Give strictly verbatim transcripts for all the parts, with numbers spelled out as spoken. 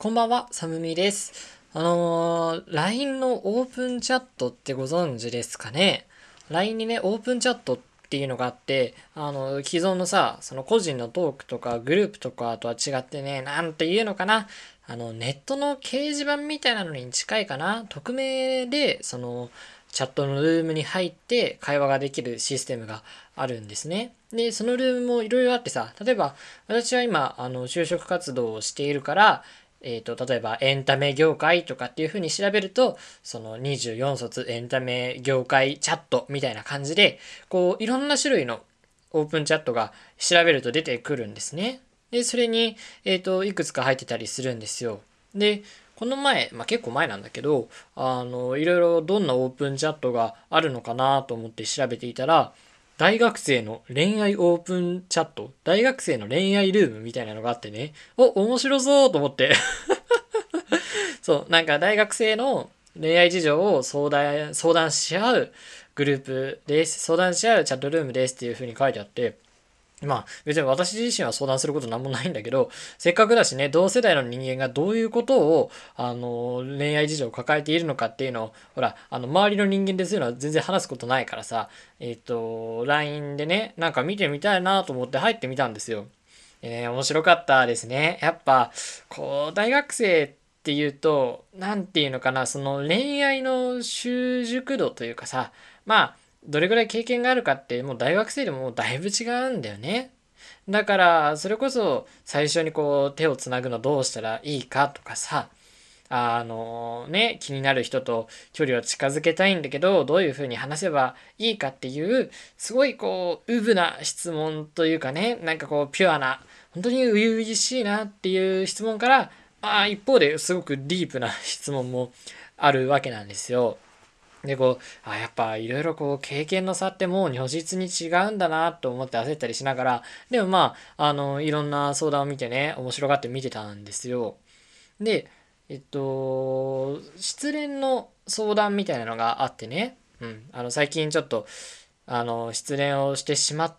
こんばんは、サムミです。あのー、ライン のオープンチャットってご存知ですかね？ ライン にね、オープンチャットっていうのがあって、あの、既存のさ、その個人のトークとかグループとかとは違ってね、なんていうのかな。あの、ネットの掲示板みたいなのに近いかな。匿名で、その、チャットのルームに入って会話ができるシステムがあるんですね。で、そのルームもいろいろあってさ、例えば私は今、あの、就職活動をしているから、えっと、例えばエンタメ業界とかっていう風に調べると、そのにじゅうよん卒エンタメ業界チャットみたいな感じで、こう、いろんな種類のオープンチャットが調べると出てくるんですね。で、それに、えっと、いくつか入ってたりするんですよ。で、この前、まあ、結構前なんだけど、あの、いろいろどんなオープンチャットがあるのかなと思って調べていたら、大学生の恋愛オープンチャット、大学生の恋愛ルームみたいなのがあってね、お、面白そうと思ってそう、なんか大学生の恋愛事情を相談、相談し合うグループです。相談し合うチャットルームですっていう風に書いてあって、まあ別に私自身は相談することなんもないんだけど、せっかくだしね、同世代の人間がどういうことを、あの、恋愛事情を抱えているのかっていうのを、ほら、あの、周りの人間でそういうのは全然話すことないからさ、えっと、ライン でね、なんか見てみたいなと思って入ってみたんですよ。でね、面白かったですね。やっぱ、こう、大学生っていうと、なんていうのかな、その恋愛の習熟度というかさ、まあ、どれぐらい経験があるかって、もう大学生でももうだいぶ違うんだよね。だから、それこそ最初にこう手をつなぐのどうしたらいいかとかさ、あのね、気になる人と距離を近づけたいんだけど、どういうふうに話せばいいかっていう、すごいこう、ウブな質問というかね、なんかこう、ピュアな、本当に初々しいなっていう質問から、まあ一方ですごくディープな質問もあるわけなんですよ。で、こう、あ、やっぱいろいろこう経験の差ってもう如実に違うんだなと思って焦ったりしながら、でもまあ、あの、いろんな相談を見てね、面白がって見てたんですよ。で、えっと、失恋の相談みたいなのがあってね、うん、あの、最近ちょっと、あの、失恋をしてしまって、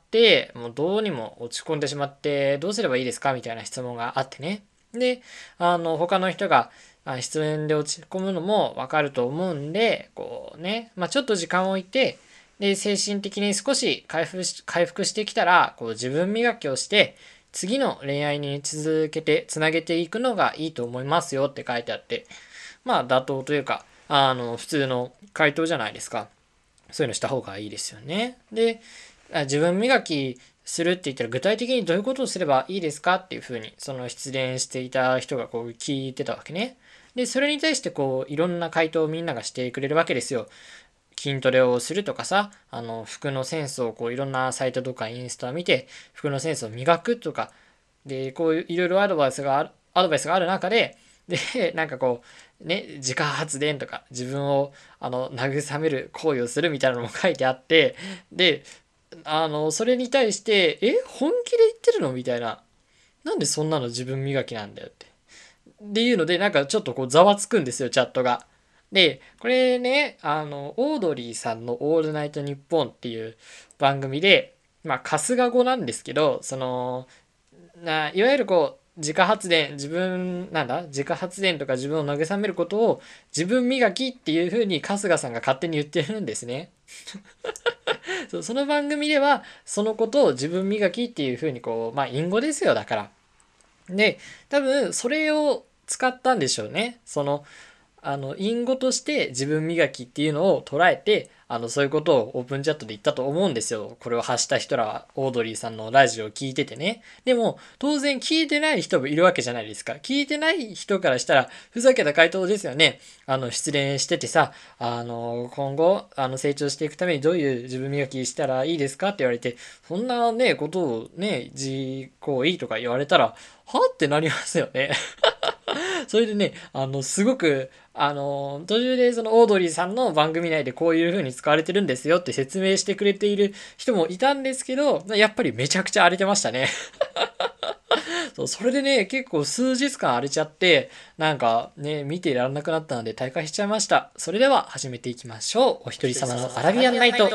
もうどうにも落ち込んでしまって、どうすればいいですかみたいな質問があってね。で、あの、他の人が、あ失恋で落ち込むのもわかると思うんで、こうね、まあちょっと時間を置いて、で、精神的に少し回復し、回復してきたら、こう自分磨きをして、次の恋愛に続けて、つなげていくのがいいと思いますよって書いてあって、まあ妥当というか、あの、普通の回答じゃないですか。そういうのした方がいいですよね。で、自分磨きするって言ったら具体的にどういうことをすればいいですかっていうふうに、その失恋していた人がこう聞いてたわけね。で、それに対してこう、いろんな回答をみんながしてくれるわけですよ。筋トレをするとかさ、あの、服のセンスをこう、いろんなサイトとかインスタを見て、服のセンスを磨くとか、で、こういういろいろアドバイスがある、アドバイスがある中で、で、なんかこう、ね、自家発電とか、自分を、あの、慰める行為をするみたいなのも書いてあって、で、あの、それに対して、え、本気で言ってるのみたいな。なんでそんなの自分磨きなんだよって。っていうので、なんかちょっとこう、ざわつくんですよ、チャットが。で、これね、あの、オードリーさんのオールナイトニッポンっていう番組で、まあ、春日語なんですけど、その、ないわゆるこう自家発電自分なんだ自家発電とか自分を慰めることを自分磨きっていう風に春日さんが勝手に言ってるんですね。そうその番組ではそのことを自分磨きっていう風にこうまあ隠語ですよだから。で多分それを使ったんでしょうね。そのあの隠語として自分磨きっていうのを捉えてあのそういうことをオープンチャットで言ったと思うんですよ。これを発した人らはオードリーさんのラジオを聞いててね。でも当然聞いてない人もいるわけじゃないですか。聞いてない人からしたらふざけた回答ですよね。あの失恋しててさ、あの今後あの成長していくためにどういう自分磨きしたらいいですかって言われて、そんなねことをね自己いいとか言われたらはってなりますよね。それでね、あの、すごく、あの、途中でそのオードリーさんの番組内でこういう風に使われてるんですよって説明してくれている人もいたんですけど、やっぱりめちゃくちゃ荒れてましたね。そう、それでね、結構数日間荒れちゃって、なんかね、見ていられなくなったので大会しちゃいました。それでは始めていきましょう。お一人様のアラビアンナイト。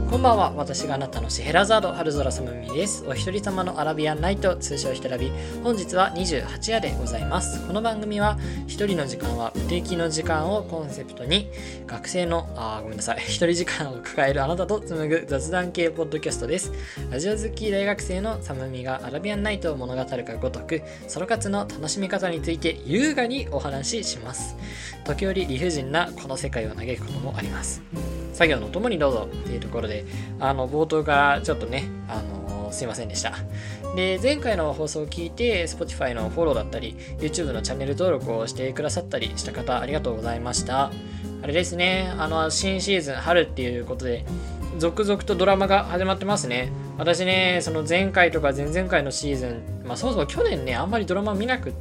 こんばんは。私があなたのシヘラザード春空さむみです。お一人様のアラビアンナイト、通称ひとラビ。本日はにじゅうはち夜でございます。この番組は一人の時間は無敵の時間をコンセプトに、学生のあごめんなさい一人時間を抱えるあなたと紡ぐ雑談系ポッドキャストです。ラジオ好き大学生のさむみがアラビアンナイトを物語るかごとく、ソロ活の楽しみ方について優雅にお話しします。時折理不尽なこの世界を嘆くこともあります。作業のともにどうぞっていうところで、あの冒頭からちょっとね、あのー、すいませんでした。で、前回の放送を聞いて Spotify のフォローだったり YouTube のチャンネル登録をしてくださったりした方、ありがとうございました。あれですね、あの新シーズン春っていうことで続々とドラマが始まってますね。私ね、その前回とか前々回のシーズン、まあそもそも去年ね、あんまりドラマ見なくって、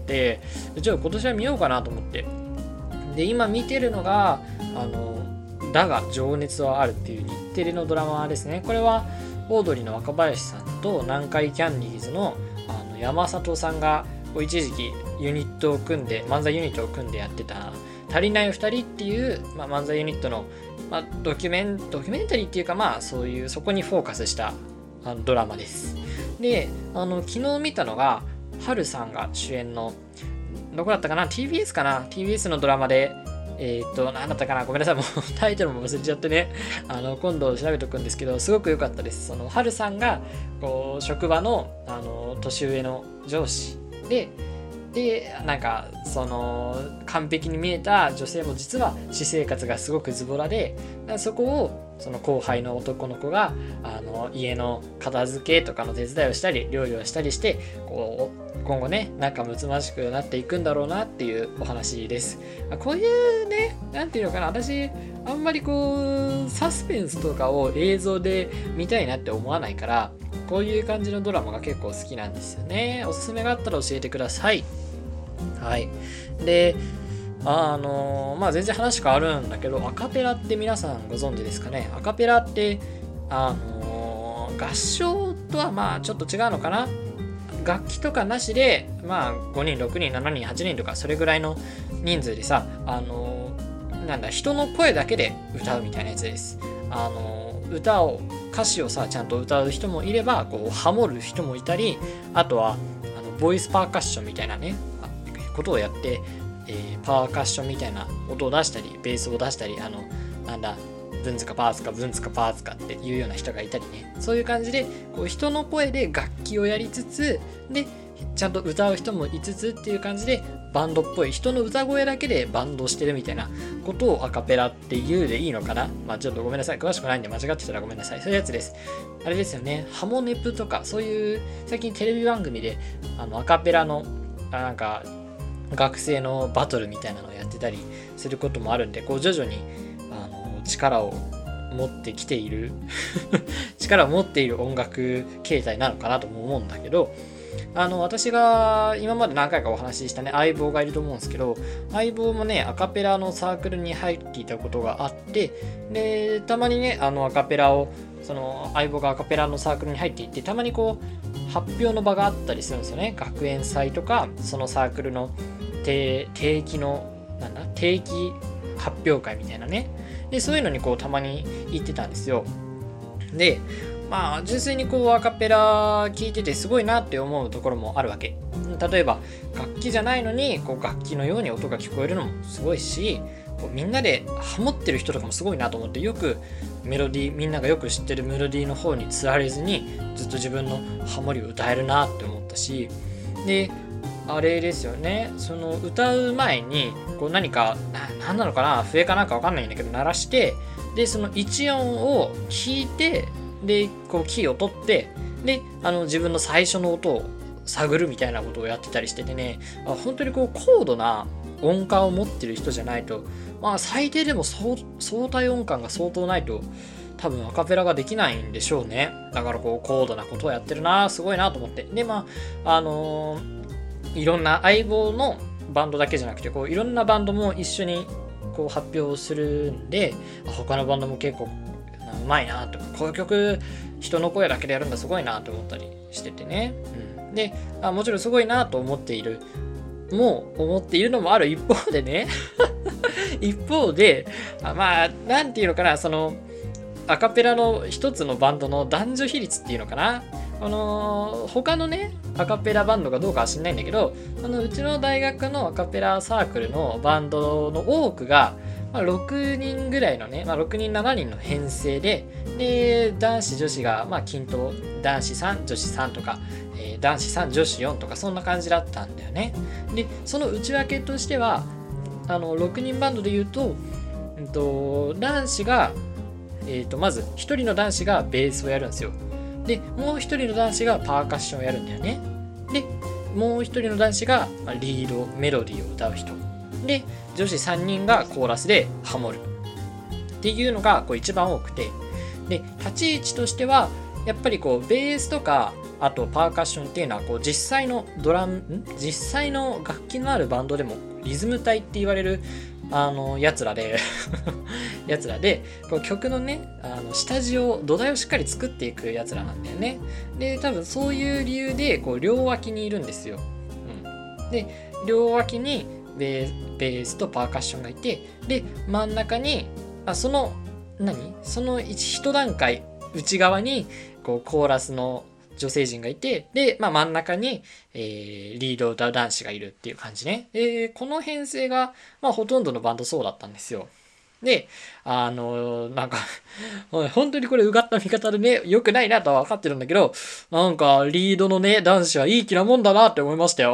ちょっと今年は見ようかなと思って。で、今見てるのが、あの、だが情熱はあるっていう日テレのドラマですね。これはオードリーの若林さんと南海キャンディーズの、あの山里さんが一時期ユニットを組んで漫才ユニットを組んでやってた足りないふたりっていう、まあ、漫才ユニットの、まあ、ドキュメンドキュメンタリーっていうか、まあそういうそこにフォーカスしたあのドラマです。で、あの昨日見たのが春さんが主演のどこだったかな ティービーエス かな ティービーエス のドラマでえー、っと、何だったかなごめんなさい。もうタイトルも忘れちゃってね。あの、今度調べておくんですけど、すごく良かったです。その、春さんが、こう、職場の、あの、年上の上司で、で、なんか、その、完璧に見えた女性も実は私生活がすごくズボラで、そこを、その後輩の男の子が、あの、家の片付けとかの手伝いをしたり、料理をしたりして、こう、今後ね、仲睦ましくなっていくんだろうなっていうお話です。こういうね、なんていうのかな、私、あんまりこう、サスペンスとかを映像で見たいなって思わないから、こういう感じのドラマが結構好きなんですよね。おすすめがあったら教えてください。はい。で、あのまあ全然話変わるんだけど、アカペラって皆さんご存知ですかね。アカペラって、あの合唱とはまあちょっと違うのかな。楽器とかなしで、まあごにん、ろくにん、しちにん、はちにんとかそれぐらいの人数でさ、あのなんだ、人の声だけで歌うみたいなやつです。あの歌を、歌詞をさ、ちゃんと歌う人もいれば、こうハモる人もいたり、あとはあのボイスパーカッションみたいなね、ことをやって、えー、パーカッションみたいな音を出したり、ベースを出したり、あのなんだブンツかパーツかブンツかパーツかっていうような人がいたりね、そういう感じでこう人の声で楽器をやりつつでちゃんと歌う人もいつつっていう感じでバンドっぽい人の歌声だけでバンドしてるみたいなことをアカペラっていうでいいのかな。まあちょっとごめんなさい、詳しくないんで間違ってたらごめんなさい。そういうやつです。あれですよね、ハモネプとかそういう最近テレビ番組であのアカペラのなんか学生のバトルみたいなのをやってたりすることもあるんで、こう徐々にあの力を持ってきている力を持っている音楽形態なのかなとも思うんだけど、あの私が今まで何回かお話ししたね相棒がいると思うんですけど、相棒もねアカペラのサークルに入っていたことがあって、でたまにねあのアカペラをその相棒がアカペラのサークルに入っていって、たまにこう発表の場があったりするんですよね。学園祭とかそのサークルの定, 定期のなんだ定期発表会みたいなね、でそういうのにこうたまに行ってたんですよ。でまあ純粋にこうアカペラ聞いててすごいなって思うところもあるわけ。例えば楽器じゃないのにこう楽器のように音が聞こえるのもすごいし、こうみんなでハモってる人とかもすごいなと思って、よくメロディーみんながよく知ってるメロディーの方につられずにずっと自分のハモリを歌えるなって思ったし、であれですよね、その歌う前にこう何かな何なのかな笛かなんかわかんないんだけど鳴らして、でその一音を弾いて、でこうキーを取って、であの自分の最初の音を探るみたいなことをやってたりしててね、本当にこう高度な音感を持ってる人じゃないと、まあ最低でも相対音感が相当ないと多分アカペラができないんでしょうね。だからこう高度なことをやってるな、すごいなと思って、でまああのーいろんな相棒のバンドだけじゃなくてこういろんなバンドも一緒にこう発表するんで、他のバンドも結構うまいなと、こういう曲人の声だけでやるんだすごいなと思ったりしててね、うん、であもちろんすごいなと思っているもう思っているのもある一方でね一方であまあなんていうのかな、そのアカペラの一つのバンドの男女比率っていうのかな。あのー、他のねアカペラバンドがどうかは知んないんだけど、あのうちの大学のアカペラサークルのバンドの多くが、まあ、ろくにんぐらいのね、まあ、ろくにんしちにんの編成で、で男子女子がまあ均等、男子さん女子さんとか、えー、男子さん女子よんとかそんな感じだったんだよね。でその内訳としてはあのろくにんバンドでいうと、うんと、男子が、えーと、まずひとりの男子がベースをやるんですよ。でもうひとりの男子がパーカッションをやるんだよね。でもうひとりの男子がリードメロディーを歌う人で、女子さんにんがコーラスでハモるっていうのがこう一番多くて、で立ち位置としてはやっぱりこうベースとかあとパーカッションっていうのはこう実際のドラムん実際の楽器のあるバンドでもリズム隊って言われるあのやつらでやつらでこう曲のねあの下地を土台をしっかり作っていくやつらなんだよね。で多分そういう理由でこう両脇にいるんですよ。うん、で両脇にベー、ベースとパーカッションがいて、で真ん中にあその何その一段階内側にこうコーラスの女性陣がいて、で、まあ、真ん中に、えー、リードを歌う男子がいるっていう感じね。でこの編成が、まあ、ほとんどのバンドそうだったんですよ。であのー、なんか本当にこれうがった見方でね良くないなとは分かってるんだけど、なんかリードのね男子はいい気なもんだなって思いましたよ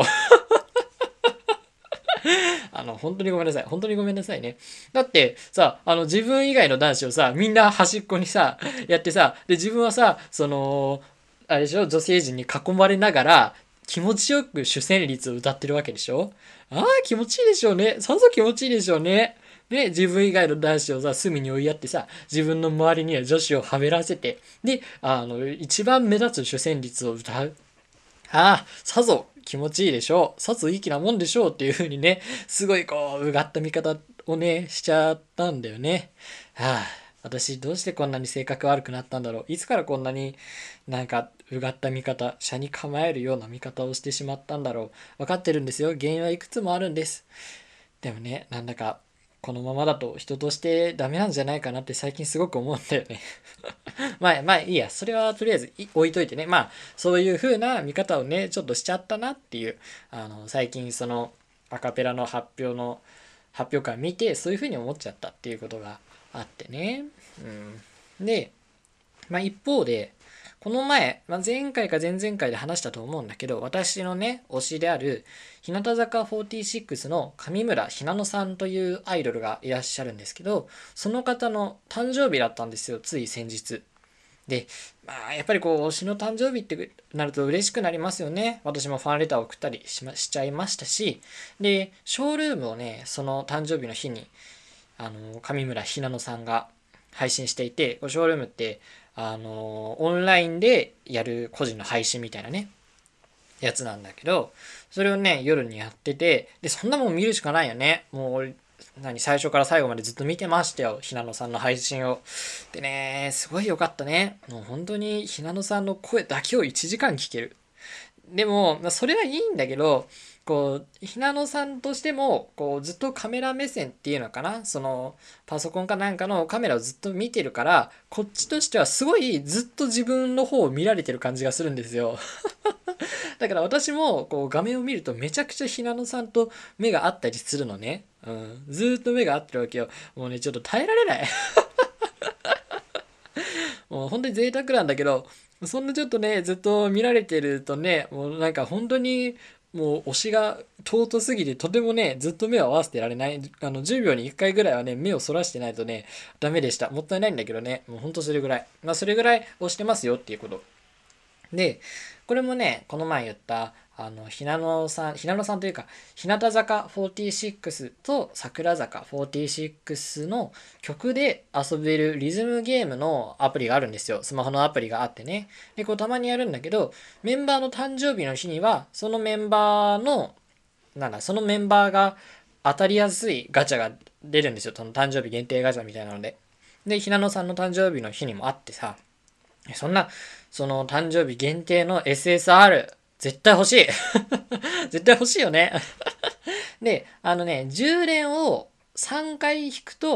あの本当にごめんなさい本当にごめんなさいね。だってさあの自分以外の男子をさみんな端っこにさやってさ、で自分はさそのあれでしょ、女性陣に囲まれながら気持ちよく主旋律を歌ってるわけでしょ。ああ気持ちいいでしょうね。さぞ気持ちいいでしょうね。で自分以外の男子をさ隅に追いやってさ、自分の周りには女子をはべらせて、であの一番目立つ主旋律を歌う。ああさぞ気持ちいいでしょう、さぞいい気なもんでしょうっていう風にね、すごいこううがった見方をねしちゃったんだよね。はあ私どうしてこんなに性格悪くなったんだろう。いつからこんなになんかうがった見方、車に構えるような見方をしてしまったんだろう。分かってるんですよ。原因はいくつもあるんです。でもね、なんだかこのままだと人としてダメなんじゃないかなって最近すごく思うんだよねまあまあいいや、それはとりあえず置いといてね。まあそういう風な見方をねちょっとしちゃったなっていう、あの最近そのアカペラの発表の発表会見てそういう風に思っちゃったっていうことがあってね。うん、で、まあ、一方でこの前、まあ、前回か前々回で話したと思うんだけど、私のね推しである日向坂フォーティーシックスの上村ひなのさんというアイドルがいらっしゃるんですけど、その方の誕生日だったんですよ、つい先日で。まあやっぱりこう推しの誕生日ってなると嬉しくなりますよね。私もファンレターを送ったりし、ま、しちゃいましたし、でショールームをねその誕生日の日にあの上村ひなのさんが配信していて、ショールームってあのオンラインでやる個人の配信みたいなねやつなんだけど、それをね夜にやってて、でそんなもん見るしかないよね。もう何最初から最後までずっと見てましたよ、ひなのさんの配信を。でねすごい良かったね。もう本当にひなのさんの声だけをいちじかん聞ける。でもそれはいいんだけど、こうひなのさんとしてもこうずっとカメラ目線っていうのかな、そのパソコンかなんかのカメラをずっと見てるから、こっちとしてはすごいずっと自分の方を見られてる感じがするんですよだから私もこう画面を見るとめちゃくちゃひなのさんと目が合ったりするのね。うん、ずっと目が合ってるわけよ。もうねちょっと耐えられないもう本当に贅沢なんだけど、そんなちょっとねずっと見られてるとね、もうなんか本当にもう推しが尊すぎてとてもねずっと目を合わせてられない。あのじゅうびょうにいっかいぐらいはね目をそらしてないとねダメでした。もったいないんだけどね、もうほんとそれぐらい、まあそれぐらい推してますよっていうことで、これもねこの前言ったあのひなのさんひなのさんというか日向坂フォーティーシックスと桜坂フォーティーシックスの曲で遊べるリズムゲームのアプリがあるんですよ。スマホのアプリがあってね。でこうたまにやるんだけど、メンバーの誕生日の日にはそのメンバーのなんだそのメンバーが当たりやすいガチャが出るんですよ。その誕生日限定ガチャみたいなので。でひなのさんの誕生日の日にもあってさ、そんなその誕生日限定の エスエスアール 絶対欲しい絶対欲しいよねであのねじゅう連をさんかい引くと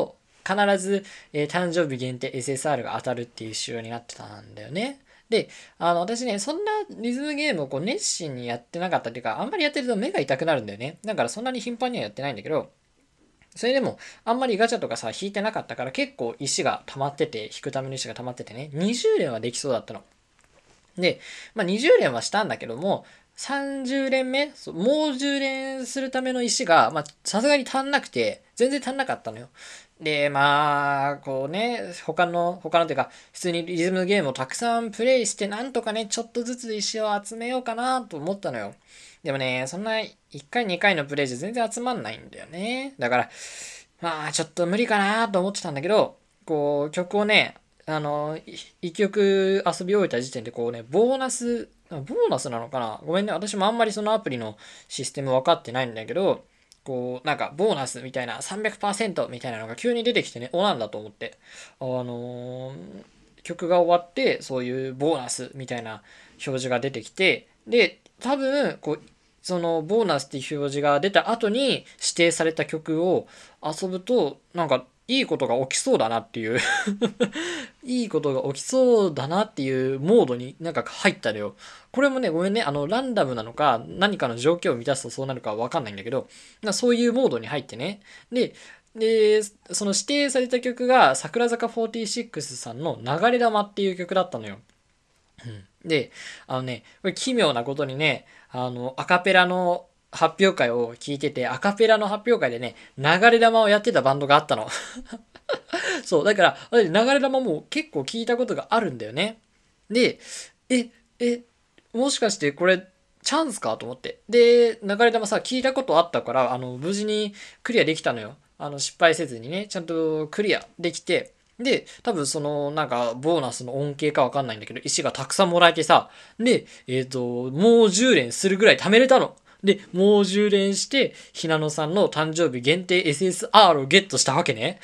必ず、えー誕生日限定 エスエスアール が当たるっていう仕様になってたんだよね。で、あの、私ね、そんなリズムゲームをこう熱心にやってなかったっていうか、あんまりやってると目が痛くなるんだよね。だからそんなに頻繁にはやってないんだけど、それでも、あんまりガチャとかさ、引いてなかったから結構石が溜まってて、引くための石が溜まっててね、にじゅう連はできそうだったの。で、まあにじゅう連はしたんだけども、さんじゅう連目、そうもうじゅう連するための石が、まあさすがに足んなくて、全然足んなかったのよ。で、まあ、こうね、他の、他のというか、普通にリズムゲームをたくさんプレイして、なんとかね、ちょっとずつ石を集めようかなと思ったのよ。でもね、そんないっかいにかいのプレイじゃ全然集まんないんだよね。だから、まあ、ちょっと無理かなと思ってたんだけど、こう、曲をね、あの、いっきょく遊び終えた時点で、こうね、ボーナス、ボーナスなのかなごめんね。私もあんまりそのアプリのシステム分かってないんだけど、こう、なんか、ボーナスみたいな、さんびゃくパーセントみたいなのが急に出てきてね、おなんだと思って。あのー曲が終わって、そういうボーナスみたいな表示が出てきて、で、多分、こう、そのボーナスっていう表示が出た後に指定された曲を遊ぶと、なんかいいことが起きそうだなっていういいことが起きそうだなっていうモードになんか入ったのよ。これもね、ごめんね、あの、ランダムなのか、何かの条件を満たすとそうなるかわかんないんだけど、そういうモードに入ってね。で、で、その指定された曲が桜坂フォーティーシックスさんの流れ玉っていう曲だったのよ。で、あのね、これ奇妙なことにね、あの、アカペラの発表会を聞いてて、アカペラの発表会でね、流れ玉をやってたバンドがあったの。そう、だから、私流れ玉も結構聞いたことがあるんだよね。で、え、え、もしかしてこれ、チャンスかと思って。で、流れ玉さ、聞いたことあったから、あの、無事にクリアできたのよ。あの、失敗せずにね、ちゃんとクリアできて、で、多分その、なんか、ボーナスの恩恵かわかんないんだけど、石がたくさんもらえてさ、で、えっと、もうじゅう連するぐらい貯めれたの。で、もうじゅう連して、ひなのさんの誕生日限定 エスエスアール をゲットしたわけね。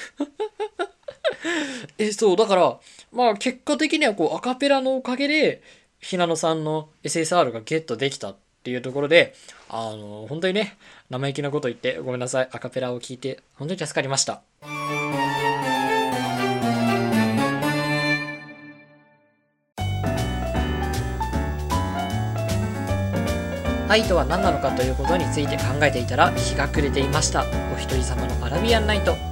え、そう、だから、まあ結果的にはこう、アカペラのおかげで、ひなのさんの エスエスアール がゲットできたっていうところで、あの、本当にね、生意気なこと言ってごめんなさい。アカペラを聞いて、本当に助かりました。愛とは何なのかということについて考えていたら日が暮れていました。お一人様のアラビアンナイト。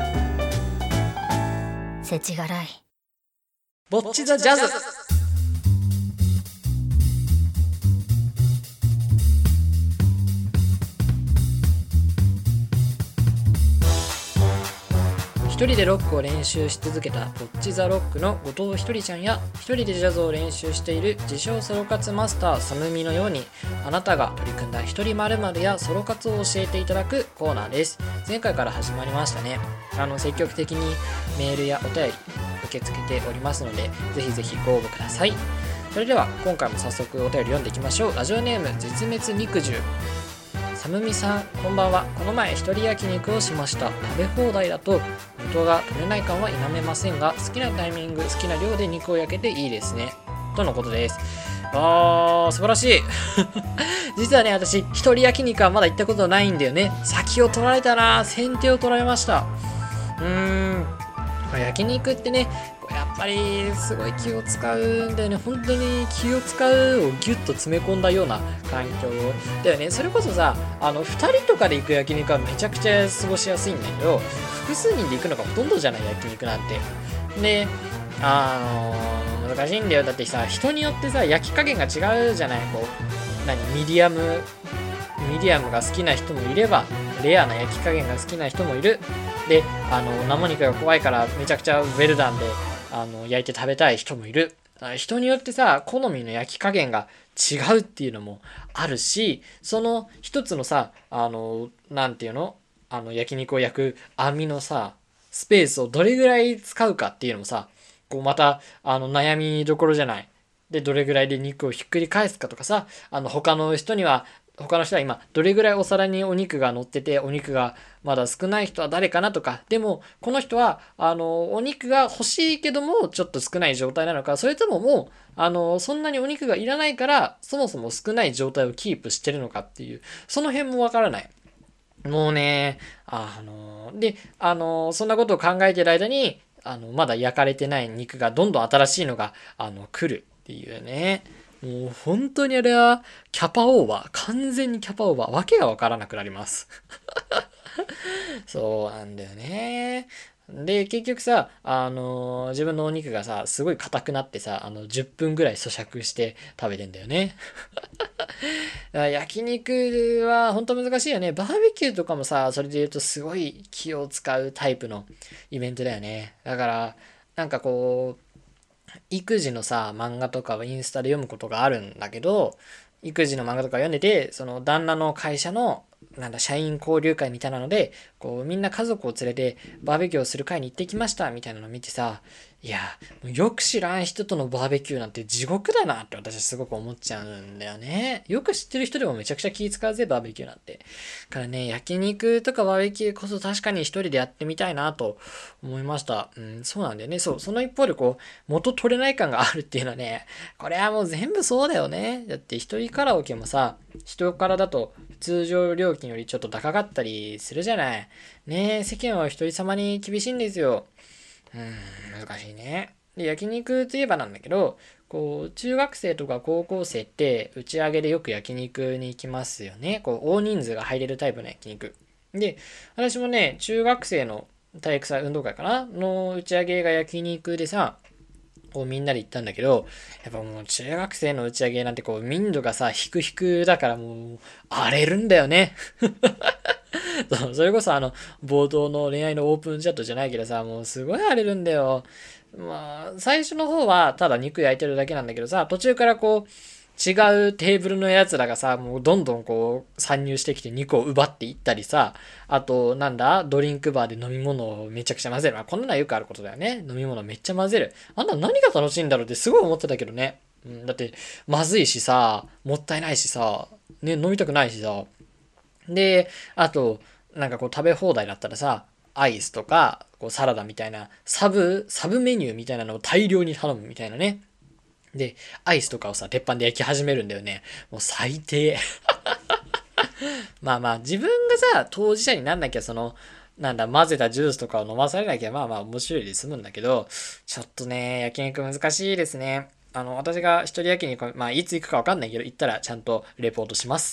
せちがらい。 ぼっちザジャズ。一人でロックを練習し続けたぼっちザロックの後藤ひとりちゃんや、一人でジャズを練習している自称ソロ活マスターサムミのように、あなたが取り組んだ一人〇〇やソロ活を教えていただくコーナーです。前回から始まりましたね。あの積極的にメールやお便り受け付けておりますので、ぜひぜひご応募ください。それでは今回も早速お便り読んでいきましょう。ラジオネーム絶滅肉汁。サムミさん、こんばんは。この前一人焼肉をしました。食べ放題だと元が取れない感は否めませんが、好きなタイミング、好きな量で肉を焼けていいですね、とのことです。あー、素晴らしい。実はね、私一人焼肉はまだ行ったことないんだよね。先を取られたな。先手を取られました。うーん、焼肉ってね、やっぱりすごい気を使うんだよね。本当に気を使うをギュッと詰め込んだような環境だよね。それこそさ、あのふたりとかで行く焼肉はめちゃくちゃ過ごしやすいんだけど、複数人で行くのがほとんどじゃない、焼肉なんて。で、あのー、難しいんだよ。だってさ、人によってさ、焼き加減が違うじゃない。こう何ミディアムミディアムが好きな人もいれば、レアな焼き加減が好きな人もいる。で、あの生肉が怖いからめちゃくちゃウェルダンであの焼いて食べたい人もいる。人によってさ、好みの焼き加減が違うっていうのもあるし、その一つのさ、あのなんていうの、あの焼肉を焼く網のさスペースをどれぐらい使うかっていうのもさ、こうまたあの悩みどころじゃない。で、どれぐらいで肉をひっくり返すかとかさ、あの他の人には他の人は今どれぐらいお皿にお肉が乗ってて、お肉がまだ少ない人は誰かなとか、でもこの人はあのお肉が欲しいけどもちょっと少ない状態なのか、それとももうあのそんなにお肉がいらないからそもそも少ない状態をキープしてるのかっていう、その辺もわからない。 もうね、あの、で、あの、そんなことを考えてる間に、あの、まだ焼かれてない肉がどんどん新しいのが、あの、来るっていうね。もう本当にあれは、キャパオーバー。完全にキャパオーバー。わけがわからなくなります。そうなんだよね。で、結局さ、あのー自分のお肉がさ、すごい硬くなってさ、あの、じゅっぷんぐらい咀嚼して食べてんだよね。だから焼肉は本当難しいよね。バーベキューとかもさ、それで言うとすごい気を使うタイプのイベントだよね。だから、なんかこう、育児のさ、漫画とかをインスタで読むことがあるんだけど、育児の漫画とか読んでて、その旦那の会社の、なんだ、社員交流会みたいなので、こう、みんな家族を連れてバーベキューをする会に行ってきましたみたいなのを見てさ、いや、よく知らん人とのバーベキューなんて地獄だなって私はすごく思っちゃうんだよね。よく知ってる人でもめちゃくちゃ気使うぜ、バーベキューなんて。だからね、焼肉とかバーベキューこそ確かに一人でやってみたいなと思いました。うん、そうなんだよね。そう、その一方でこう、元取れない感があるっていうのはね、これはもう全部そうだよね。だって一人カラオケもさ、人からだと通常料金よりちょっと高かったりするじゃない。ねえ、世間はお一人様に厳しいんですよ。うーん、難しいね。で、焼肉といえばなんだけど、こう、中学生とか高校生って打ち上げでよく焼肉に行きますよね。こう、大人数が入れるタイプの焼肉。で、私もね、中学生の体育祭運動会かなの打ち上げが焼肉でさ、こうみんなで行ったんだけど、やっぱもう中学生の打ち上げなんてこう民度がさ、ひくひくだからもう荒れるんだよね。そう、それこそあの、冒頭の恋愛のオープンチャットじゃないけどさ、もうすごい荒れるんだよ。まあ、最初の方はただ肉焼いてるだけなんだけどさ、途中からこう、違うテーブルのやつらがさ、もうどんどんこう参入してきて肉を奪っていったりさ、あとなんだ、ドリンクバーで飲み物をめちゃくちゃ混ぜる。まあ、こんなのはよくあることだよね。飲み物めっちゃ混ぜる。あんな何が楽しいんだろうってすごい思ってたけどね。うん、だって、まずいしさ、もったいないしさ、ね、飲みたくないしさ。で、あと、なんかこう食べ放題だったらさ、アイスとか、こうサラダみたいな、サブ、サブメニューみたいなのを大量に頼むみたいなね。で、アイスとかをさ、鉄板で焼き始めるんだよね。もう最低。まあまあ、自分がさ、当事者になんなきゃ、その、なんだ、混ぜたジュースとかを飲まされなきゃ、まあまあ面白いで済むんだけど、ちょっとね、焼肉難しいですね。あの、私が一人焼肉、まあ、いつ行くかわかんないけど、行ったらちゃんとレポートします。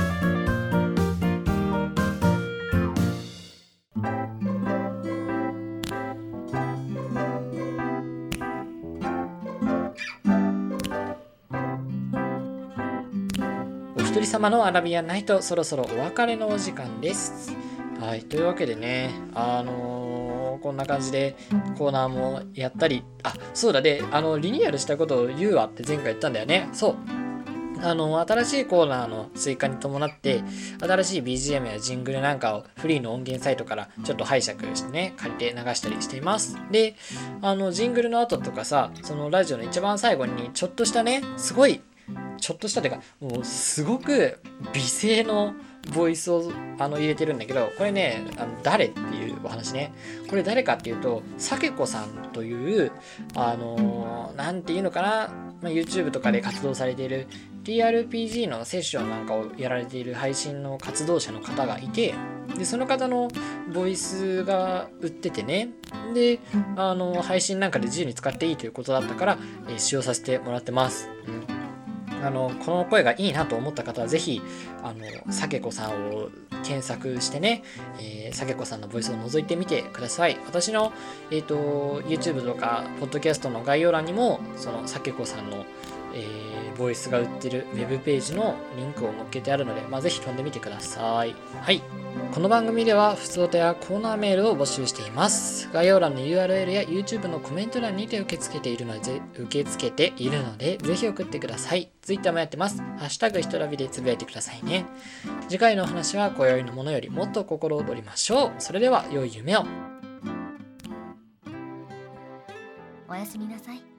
お一人様のアラビアンナイト、そろそろお別れのお時間です。はい。というわけでね、あのーこんな感じでコーナーもやったり、あ、そうだで、あの、リニューアルしたことを言うわって前回言ったんだよね。そう。あの、新しいコーナーの追加に伴って、新しい ビージーエム やジングルなんかをフリーの音源サイトからちょっと拝借してね、借りて流したりしています。で、あの、ジングルの後とかさ、そのラジオの一番最後にちょっとしたね、すごいちょっとしたというか、もうすごく美声のボイスをあの入れてるんだけど、これね、あの誰っていうお話ね。これ誰かっていうと、さけこさんという、あのーなんていうのかな、まあ、YouTube とかで活動されている ティーアールピージー のセッションなんかをやられている配信の活動者の方がいて、で、その方のボイスが売っててね、で、あの、配信なんかで自由に使っていいということだったから、えー使用させてもらってます。うんあの、この声がいいなと思った方は、ぜひ、あの、さけこさんを検索してね、えー、さけこさんのボイスを覗いてみてください。私の、えっ、と、YouTube とか、ポッドキャストの概要欄にも、その、さけこさんの、えー、ボイスが売ってるウェブページのリンクを載っけてあるので、まあ、ぜひ飛んでみてください。はい。この番組では、普通歌やコーナーメールを募集しています。概要欄の ユーアールエル や YouTube のコメント欄にて受け付けているので、受け付けているので、ぜひ送ってください。Twitter もやってます。ハッシュタグひとらびでつぶやいてくださいね。次回のお話は、今宵のものよりもっと心躍りましょう。それでは、良い夢を。 おやすみなさい。